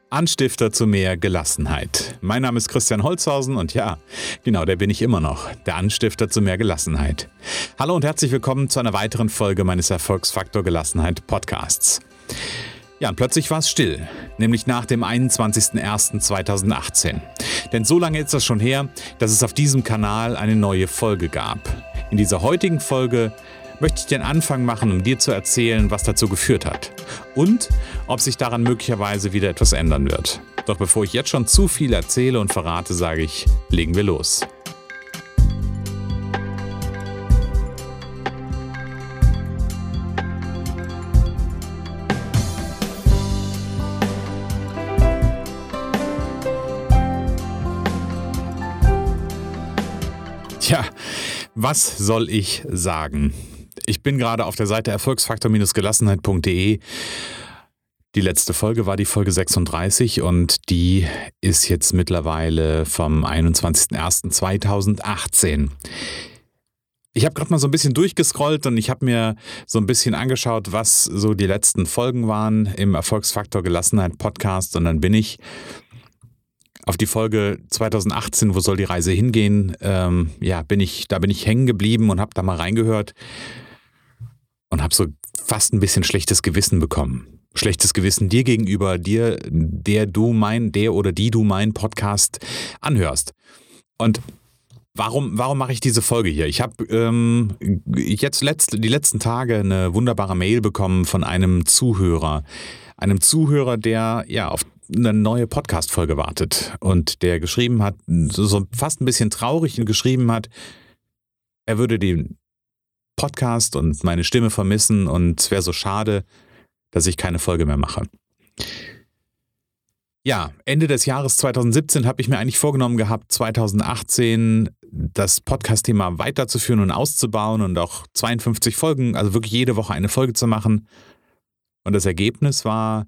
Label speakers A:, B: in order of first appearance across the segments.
A: Anstifter zu mehr Gelassenheit. Mein Name ist Christian Holzhausen und ja, genau, der bin ich immer noch, der Anstifter zu mehr Gelassenheit. Hallo und herzlich willkommen zu einer weiteren Folge meines Erfolgsfaktor Gelassenheit Podcasts. Ja, und plötzlich war es still, nämlich nach dem 21.01.2018. Denn so lange ist das schon her, dass es auf diesem Kanal eine neue Folge gab. In dieser heutigen Folge möchte ich den Anfang machen, um dir zu erzählen, was dazu geführt hat und ob sich daran möglicherweise wieder etwas ändern wird. Doch bevor ich jetzt schon zu viel erzähle und verrate, sage ich, legen wir los. Tja, was soll ich sagen? Ich bin gerade auf der Seite erfolgsfaktor-gelassenheit.de. Die letzte Folge war die Folge 36 und die ist jetzt mittlerweile vom 21.01.2018. Ich habe gerade mal so ein bisschen durchgescrollt und ich habe mir so ein bisschen angeschaut, was so die letzten Folgen waren im Erfolgsfaktor Gelassenheit Podcast und dann bin ich auf die Folge 2018, wo soll die Reise hingehen, bin ich hängen geblieben und habe da mal reingehört und habe so fast ein bisschen schlechtes Gewissen bekommen. Schlechtes Gewissen dir gegenüber, der du meinen Podcast anhörst. Und warum mache ich diese Folge hier? Ich habe die letzten Tage eine wunderbare Mail bekommen von einem Zuhörer, der auf eine neue Podcast-Folge wartet und der geschrieben hat, so fast ein bisschen traurig geschrieben hat, er würde den Podcast und meine Stimme vermissen und es wäre so schade, dass ich keine Folge mehr mache. Ja, Ende des Jahres 2017 habe ich mir eigentlich vorgenommen gehabt, 2018 das Podcast-Thema weiterzuführen und auszubauen und auch 52 Folgen, also wirklich jede Woche eine Folge zu machen. Und das Ergebnis war,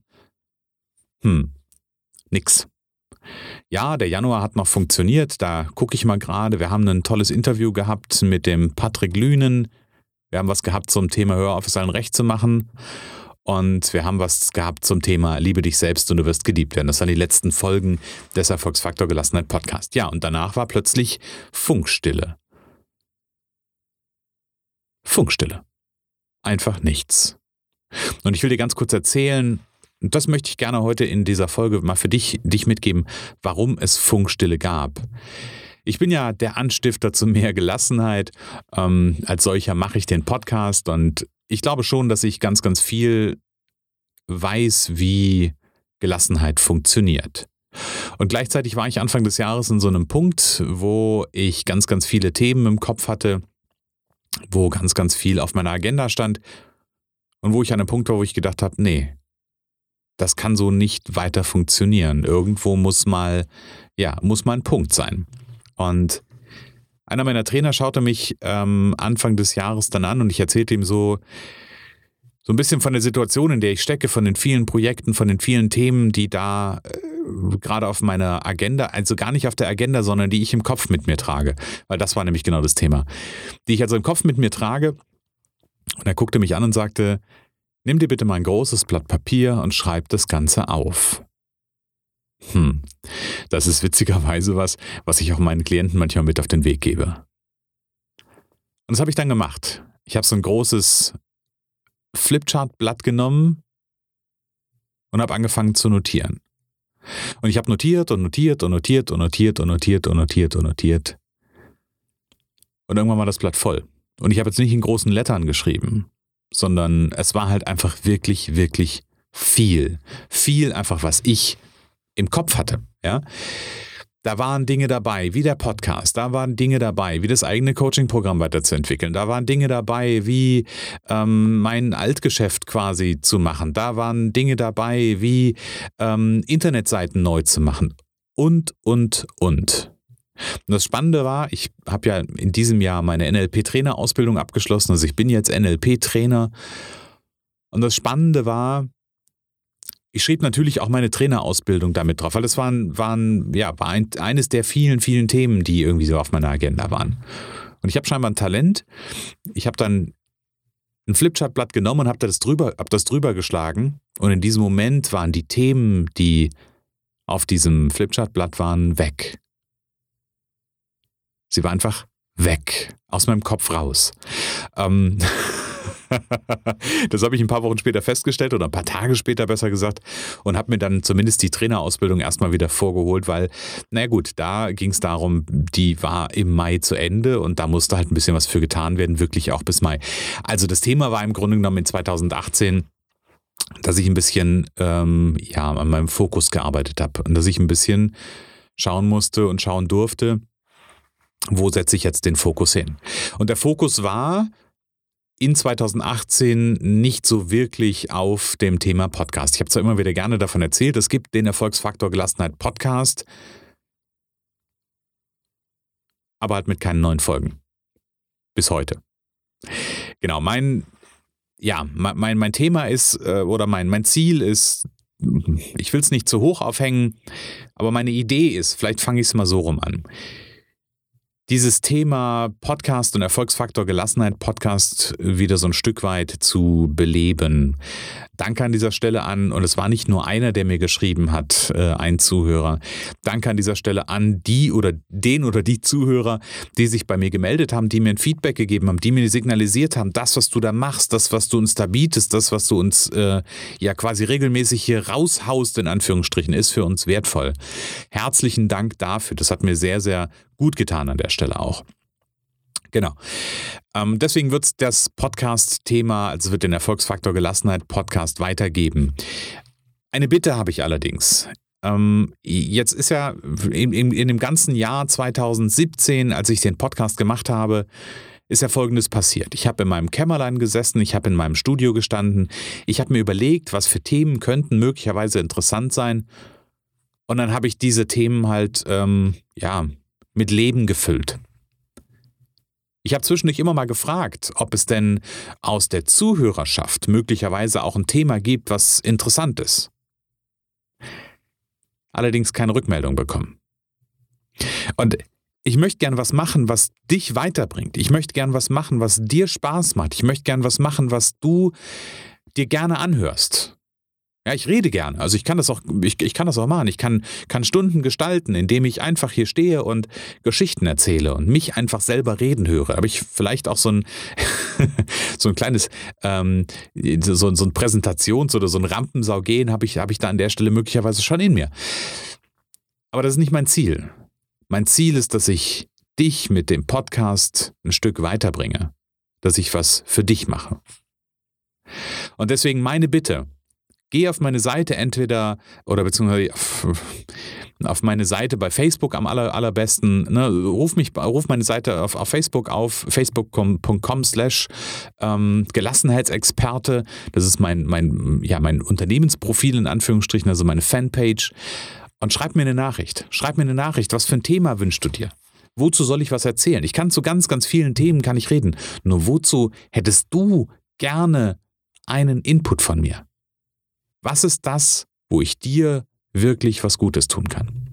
A: nix. Ja, der Januar hat noch funktioniert, da gucke ich mal gerade. Wir haben ein tolles Interview gehabt mit dem Patrick Lünen. Wir haben was gehabt zum Thema Hör auf, es allen recht zu machen. Und wir haben was gehabt zum Thema Liebe dich selbst und du wirst geliebt werden. Das waren die letzten Folgen des Erfolgsfaktor Gelassenheit Podcast. Ja, und danach war plötzlich Funkstille. Funkstille. Einfach nichts. Und ich will dir ganz kurz erzählen, und das möchte ich gerne heute in dieser Folge mal für dich mitgeben, warum es Funkstille gab. Ich bin ja der Anstifter zu mehr Gelassenheit. Als solcher mache ich den Podcast und ich glaube schon, dass ich ganz, ganz viel weiß, wie Gelassenheit funktioniert. Und gleichzeitig war ich Anfang des Jahres in so einem Punkt, wo ich ganz, ganz viele Themen im Kopf hatte, wo ganz, ganz viel auf meiner Agenda stand und wo ich an einem Punkt war, wo ich gedacht habe, nee, das kann so nicht weiter funktionieren. Irgendwo muss mal ein Punkt sein. Und einer meiner Trainer schaute mich Anfang des Jahres dann an und ich erzählte ihm so ein bisschen von der Situation, in der ich stecke, von den vielen Projekten, von den vielen Themen, die da gerade auf meiner Agenda, also gar nicht auf der Agenda, sondern die ich im Kopf mit mir trage. Weil das war nämlich genau das Thema. Die ich also im Kopf mit mir trage. Und er guckte mich an und sagte, nimm dir bitte mal ein großes Blatt Papier und schreib das Ganze auf. Das ist witzigerweise was ich auch meinen Klienten manchmal mit auf den Weg gebe. Und das habe ich dann gemacht. Ich habe so ein großes Flipchart-Blatt genommen und habe angefangen zu notieren. Und ich habe notiert und notiert und notiert und notiert und notiert und notiert und notiert. Und irgendwann war das Blatt voll. Und ich habe jetzt nicht in großen Lettern geschrieben, sondern es war halt einfach wirklich, wirklich viel. Viel einfach, was ich im Kopf hatte, ja. Da waren Dinge dabei, wie der Podcast, da waren Dinge dabei, wie das eigene Coaching-Programm weiterzuentwickeln, da waren Dinge dabei, wie mein Altgeschäft quasi zu machen, da waren Dinge dabei, wie Internetseiten neu zu machen und. Und das Spannende war, ich habe ja in diesem Jahr meine NLP-Trainer-Ausbildung abgeschlossen, also ich bin jetzt NLP-Trainer und das Spannende war, ich schrieb natürlich auch meine Trainerausbildung damit drauf, weil das war eines der vielen, vielen Themen, die irgendwie so auf meiner Agenda waren. Und ich habe scheinbar ein Talent. Ich habe dann ein Flipchartblatt genommen und habe das drüber geschlagen. Und in diesem Moment waren die Themen, die auf diesem Flipchartblatt waren weg. Sie war einfach weg, aus meinem Kopf raus. Das habe ich ein paar Wochen später festgestellt oder ein paar Tage später besser gesagt und habe mir dann zumindest die Trainerausbildung erstmal wieder vorgeholt, weil, na gut, da ging es darum, die war im Mai zu Ende und da musste halt ein bisschen was für getan werden, wirklich auch bis Mai. Also das Thema war im Grunde genommen in 2018, dass ich ein bisschen an meinem Fokus gearbeitet habe und dass ich ein bisschen schauen musste und schauen durfte, wo setze ich jetzt den Fokus hin. Und der Fokus war in 2018 nicht so wirklich auf dem Thema Podcast. Ich habe zwar immer wieder gerne davon erzählt, es gibt den Erfolgsfaktor Gelassenheit Podcast, aber halt mit keinen neuen Folgen. Bis heute. Genau, mein Thema ist, oder mein Ziel ist, ich will es nicht zu hoch aufhängen, aber meine Idee ist, vielleicht fange ich es mal so rum an. Dieses Thema Podcast und Erfolgsfaktor Gelassenheit Podcast wieder so ein Stück weit zu beleben. Danke an dieser Stelle an, und es war nicht nur einer, der mir geschrieben hat, ein Zuhörer. Danke an dieser Stelle an die oder die Zuhörer, die sich bei mir gemeldet haben, die mir ein Feedback gegeben haben, die mir signalisiert haben, das, was du da machst, das, was du uns da bietest, das, was du uns quasi regelmäßig hier raushaust, in Anführungsstrichen, ist für uns wertvoll. Herzlichen Dank dafür. Das hat mir sehr, sehr gut getan an der Stelle auch. Genau. Deswegen wird es das Podcast-Thema, also wird den Erfolgsfaktor Gelassenheit Podcast weitergeben. Eine Bitte habe ich allerdings. Jetzt ist ja in dem ganzen Jahr 2017, als ich den Podcast gemacht habe, ist ja Folgendes passiert. Ich habe in meinem Kämmerlein gesessen, ich habe in meinem Studio gestanden, ich habe mir überlegt, was für Themen könnten möglicherweise interessant sein. Und dann habe ich diese Themen halt mit Leben gefüllt. Ich habe zwischendurch immer mal gefragt, ob es denn aus der Zuhörerschaft möglicherweise auch ein Thema gibt, was interessant ist. Allerdings keine Rückmeldung bekommen. Und ich möchte gern was machen, was dich weiterbringt. Ich möchte gern was machen, was dir Spaß macht. Ich möchte gern was machen, was du dir gerne anhörst. Ja, ich rede gerne. Also ich kann das auch machen. Ich kann Stunden gestalten, indem ich einfach hier stehe und Geschichten erzähle und mich einfach selber reden höre. Aber ich vielleicht auch so ein kleines, so ein Präsentations- oder so ein Rampensau-Gehen habe ich da an der Stelle möglicherweise schon in mir. Aber das ist nicht mein Ziel. Mein Ziel ist, dass ich dich mit dem Podcast ein Stück weiterbringe. Dass ich was für dich mache. Und deswegen meine Bitte: Geh auf meine Seite beziehungsweise auf meine Seite bei Facebook am allerbesten. Ne? Ruf meine Seite auf Facebook auf, facebook.com/Gelassenheitsexperte. Das ist mein Unternehmensprofil in Anführungsstrichen, also meine Fanpage. Und schreib mir eine Nachricht. Was für ein Thema wünschst du dir? Wozu soll ich was erzählen? Ich kann zu ganz, ganz vielen Themen kann ich reden. Nur wozu hättest du gerne einen Input von mir? Was ist das, wo ich dir wirklich was Gutes tun kann?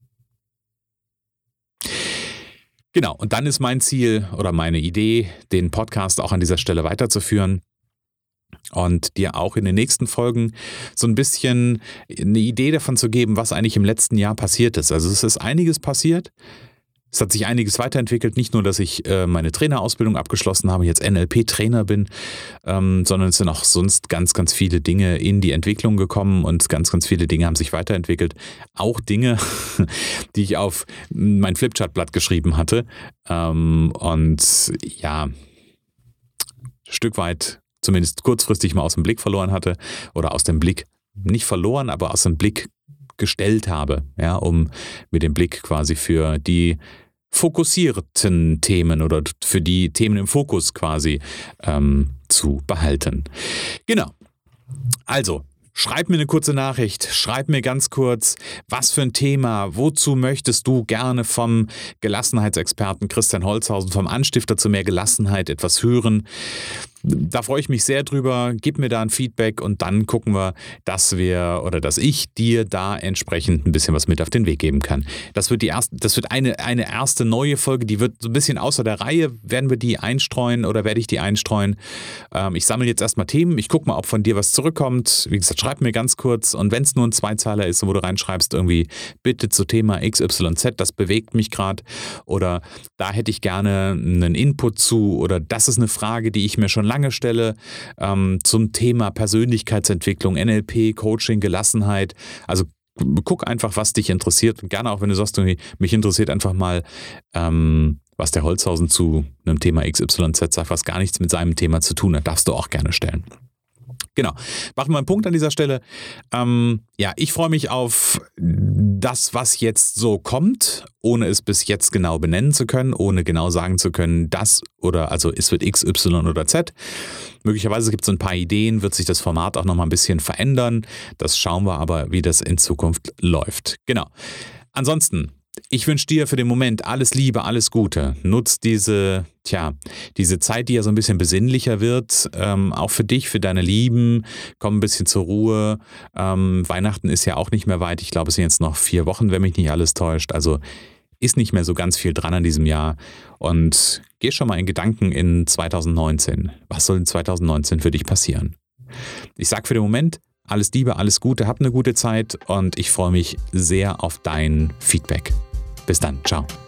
A: Genau, und dann ist mein Ziel oder meine Idee, den Podcast auch an dieser Stelle weiterzuführen und dir auch in den nächsten Folgen so ein bisschen eine Idee davon zu geben, was eigentlich im letzten Jahr passiert ist. Also es ist einiges passiert. Es hat sich einiges weiterentwickelt, nicht nur, dass ich meine Trainerausbildung abgeschlossen habe, jetzt NLP-Trainer bin, sondern es sind auch sonst ganz, ganz viele Dinge in die Entwicklung gekommen und ganz, ganz viele Dinge haben sich weiterentwickelt. Auch Dinge, die ich auf mein Flipchartblatt geschrieben hatte und ja, ein Stück weit zumindest kurzfristig mal aus dem Blick verloren hatte oder aus dem Blick nicht verloren, aber aus dem Blick gestellt habe, ja, um mit dem Blick quasi für die fokussierten Themen oder für die Themen im Fokus quasi zu behalten. Genau. Also, schreib mir eine kurze Nachricht, schreib mir ganz kurz, was für ein Thema, wozu möchtest du gerne vom Gelassenheitsexperten Christian Holzhausen, vom Anstifter zu mehr Gelassenheit etwas hören? Da freue ich mich sehr drüber. Gib mir da ein Feedback und dann gucken wir, dass ich dir da entsprechend ein bisschen was mit auf den Weg geben kann. Das wird eine erste neue Folge, die wird so ein bisschen außer der Reihe. Werde ich die einstreuen? Ich sammle jetzt erstmal Themen. Ich gucke mal, ob von dir was zurückkommt. Wie gesagt, schreib mir ganz kurz. Und wenn es nur ein Zweizeiler ist, wo du reinschreibst, irgendwie bitte zu Thema XYZ, das bewegt mich gerade. Oder da hätte ich gerne einen Input zu. Oder das ist eine Frage, die ich mir schon lange stelle, zum Thema Persönlichkeitsentwicklung, NLP, Coaching, Gelassenheit. Also guck einfach, was dich interessiert. Und gerne auch, wenn du sagst, mich interessiert einfach mal, was der Holzhausen zu einem Thema XYZ sagt, was gar nichts mit seinem Thema zu tun hat, darfst du auch gerne stellen. Genau. Machen wir einen Punkt an dieser Stelle. Ich freue mich auf das, was jetzt so kommt, ohne es bis jetzt genau benennen zu können, ohne genau sagen zu können, es wird X, Y oder Z. Möglicherweise gibt es ein paar Ideen, wird sich das Format auch nochmal ein bisschen verändern. Das schauen wir aber, wie das in Zukunft läuft. Genau. Ansonsten, ich wünsche dir für den Moment alles Liebe, alles Gute. Nutz diese Zeit, die ja so ein bisschen besinnlicher wird, auch für dich, für deine Lieben. Komm ein bisschen zur Ruhe. Weihnachten ist ja auch nicht mehr weit. Ich glaube, es sind jetzt noch 4 Wochen, wenn mich nicht alles täuscht. Also ist nicht mehr so ganz viel dran an diesem Jahr. Und geh schon mal in Gedanken in 2019. Was soll in 2019 für dich passieren? Ich sage für den Moment alles Liebe, alles Gute, hab eine gute Zeit und ich freue mich sehr auf dein Feedback. Bis dann, ciao.